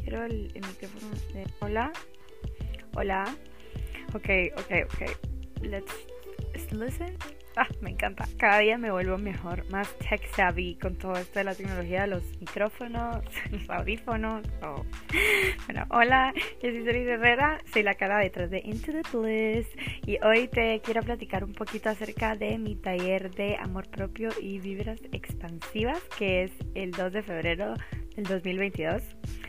quiero el micrófono de... Hola, hola. Ok. Let's listen. Me encanta. Cada día me vuelvo mejor, más tech savvy con todo esto de la tecnología, los micrófonos, los audífonos. Bueno, hola, yo soy Cerise Herrera, soy la cara detrás de Into the Bliss y hoy te quiero platicar un poquito acerca de mi taller de amor propio y vibras expansivas, que es el 2 de febrero del 2022.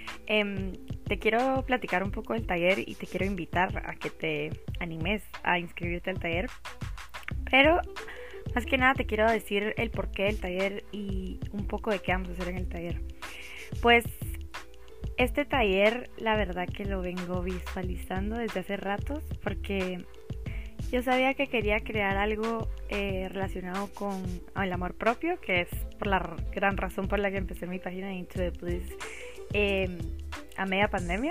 Te quiero platicar un poco del taller y te quiero invitar a que te animes a inscribirte al taller. Pero más que nada te quiero decir el porqué del taller y un poco de qué vamos a hacer en el taller. Pues este taller la verdad que lo vengo visualizando desde hace ratos, porque yo sabía que quería crear algo relacionado con el amor propio, que es por la gran razón por la que empecé mi página de Into the Bliss a media pandemia.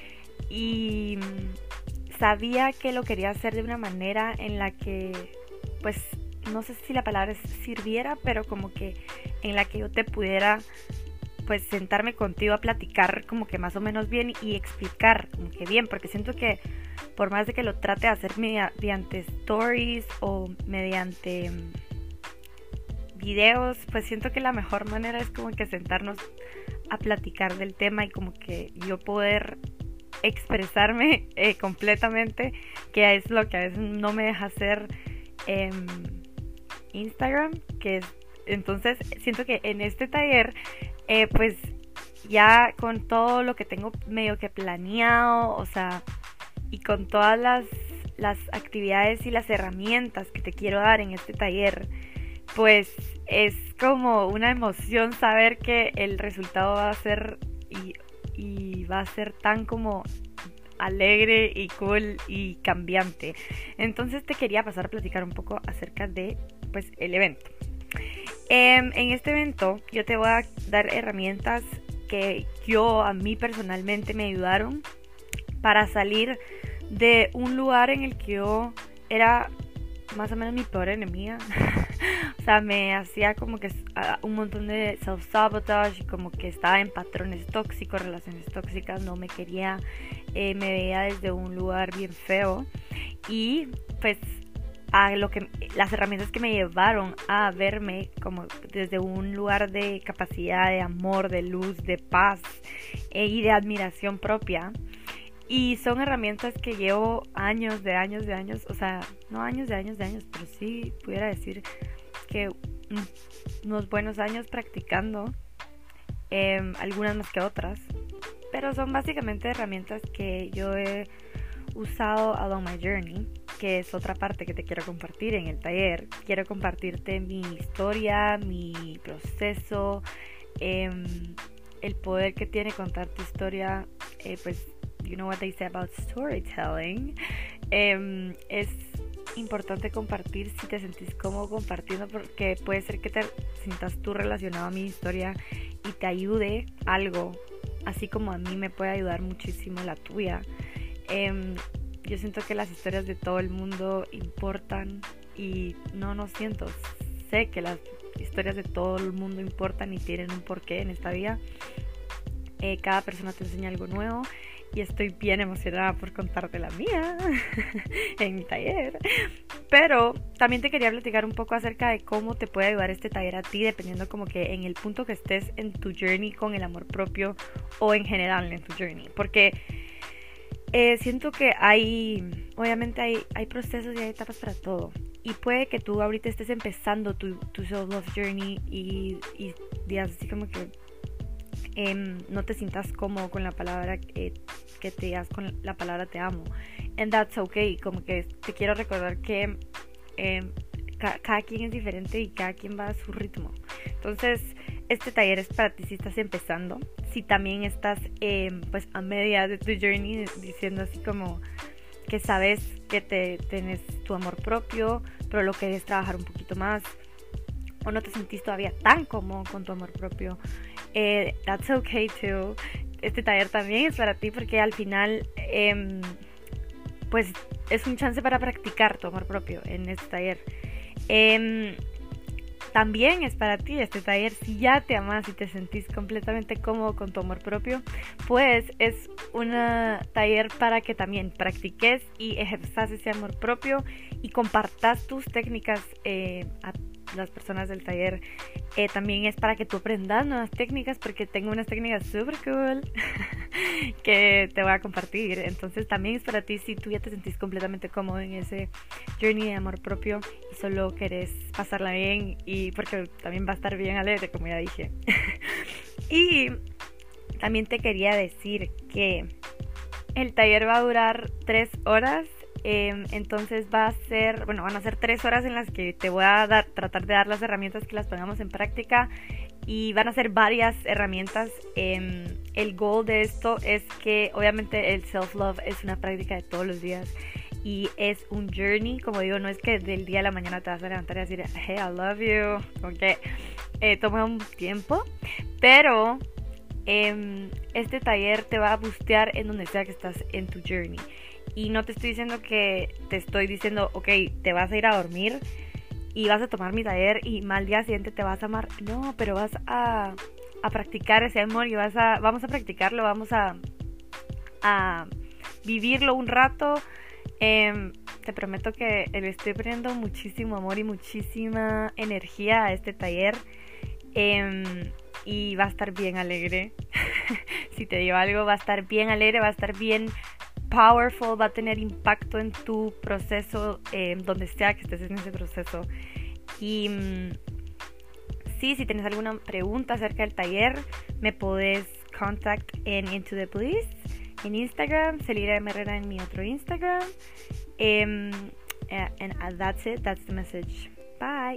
Y sabía que lo quería hacer de una manera en la que, pues, no sé si la palabra sirviera, pero como que en la que yo te pudiera, pues, sentarme contigo a platicar como que más o menos bien y explicar como que bien, porque siento que por más de que lo trate de hacer mediante stories o mediante videos, pues siento que la mejor manera es como que sentarnos a platicar del tema y como que yo poder expresarme completamente, que es lo que a veces no me deja hacer Instagram, que es, entonces siento que en este taller pues ya con todo lo que tengo medio que planeado, o sea, y con todas las actividades y las herramientas que te quiero dar en este taller, pues es como una emoción saber que el resultado va a ser y va a ser tan como alegre y cool y cambiante. Entonces te quería pasar a platicar un poco acerca de, pues, el evento. En este evento yo te voy a dar herramientas que a mí personalmente me ayudaron para salir de un lugar en el que yo era más o menos mi peor enemiga. O sea, me hacía como que un montón de self-sabotage, como que estaba en patrones tóxicos, relaciones tóxicas, no me quería, me veía desde un lugar bien feo. Y pues las herramientas que me llevaron a verme como desde un lugar de capacidad, de amor, de luz, de paz y de admiración propia. Y son herramientas que llevo años, o sea, no años, pero sí pudiera decir que unos buenos años practicando, algunas más que otras, pero son básicamente herramientas que yo he usado along my journey, que es otra parte que te quiero compartir en el taller. Quiero compartirte mi historia, mi proceso, el poder que tiene contar tu historia, pues you know what they say about storytelling. Es importante compartir si te sentís cómodo compartiendo, porque puede ser que te sientas tú relacionado a mi historia y te ayude algo, así como a mí me puede ayudar muchísimo la tuya. Yo siento que las historias de todo el mundo importan y no siento, sé que las historias de todo el mundo importan y tienen un porqué en esta vida. Cada persona te enseña algo nuevo y estoy bien emocionada por contarte la mía en mi taller. Pero también te quería platicar un poco acerca de cómo te puede ayudar este taller a ti, dependiendo como que en el punto que estés en tu journey con el amor propio o en general en tu journey. Porque siento que obviamente hay procesos y hay etapas para todo. Y puede que tú ahorita estés empezando tu self-love journey y digas así como que no te sientas cómodo con la palabra que te digas con la palabra te amo, and that's okay. Como que te quiero recordar que cada quien es diferente y cada quien va a su ritmo. Entonces este taller es para ti si estás empezando, si también estás pues a media de tu journey, diciendo así como que sabes que tenés tu amor propio pero lo querés trabajar un poquito más, o no te sentís todavía tan cómodo con tu amor propio. That's okay too. Este taller también es para ti, porque al final pues es un chance para practicar tu amor propio en este taller. también es para ti este taller. Si ya te amas y te sentís completamente cómodo con tu amor propio, pues es un taller para que también practiques y ejerzas ese amor propio y compartas tus técnicas a las personas del taller. También es para que tú aprendas nuevas técnicas, porque tengo unas técnicas súper cool que te voy a compartir. Entonces también es para ti si tú ya te sentís completamente cómodo en ese journey de amor propio y solo querés pasarla bien, y porque también va a estar bien alegre, como ya dije. Y también te quería decir que el taller va a durar 3 horas. Entonces van a ser 3 horas en las que te voy a tratar de dar las herramientas que las pongamos en práctica, y van a ser varias herramientas. El goal de esto es que obviamente el self-love es una práctica de todos los días y es un journey. Como digo, no es que del día a la mañana te vas a levantar y decir hey, I love you, okay. Toma un tiempo, pero este taller te va a boostear en donde sea que estás en tu journey. Y no te estoy diciendo que te estoy diciendo, ok, te vas a ir a dormir y vas a tomar mi taller y al día siguiente te vas a amar. No, pero vas a practicar ese amor y vamos a practicarlo, vamos a vivirlo un rato. Te prometo que le estoy poniendo muchísimo amor y muchísima energía a este taller. Y va a estar bien alegre. Si te digo algo, va a estar bien alegre, va a estar bien powerful, va a tener impacto en tu proceso, donde sea que estés en ese proceso. Y sí, si tienes alguna pregunta acerca del taller, me podés contact en Into the Bliss en Instagram, Celira M. Herrera en mi otro Instagram. And that's it, that's the message. Bye.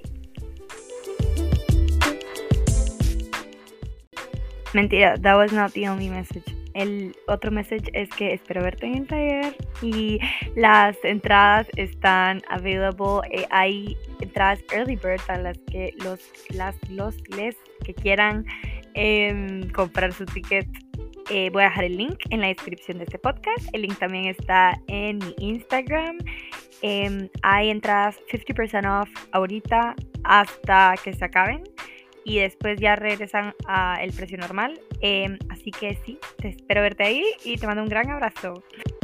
Mentira, that was not the only message. El otro message es que espero verte en el taller y las entradas están available. Hay entradas early bird para las que les que quieran comprar su ticket. Voy a dejar el link en la descripción de este podcast. El link también está en mi Instagram. Hay entradas 50% off ahorita hasta que se acaben. Y después ya regresan al precio normal. Así que sí, te espero verte ahí y te mando un gran abrazo.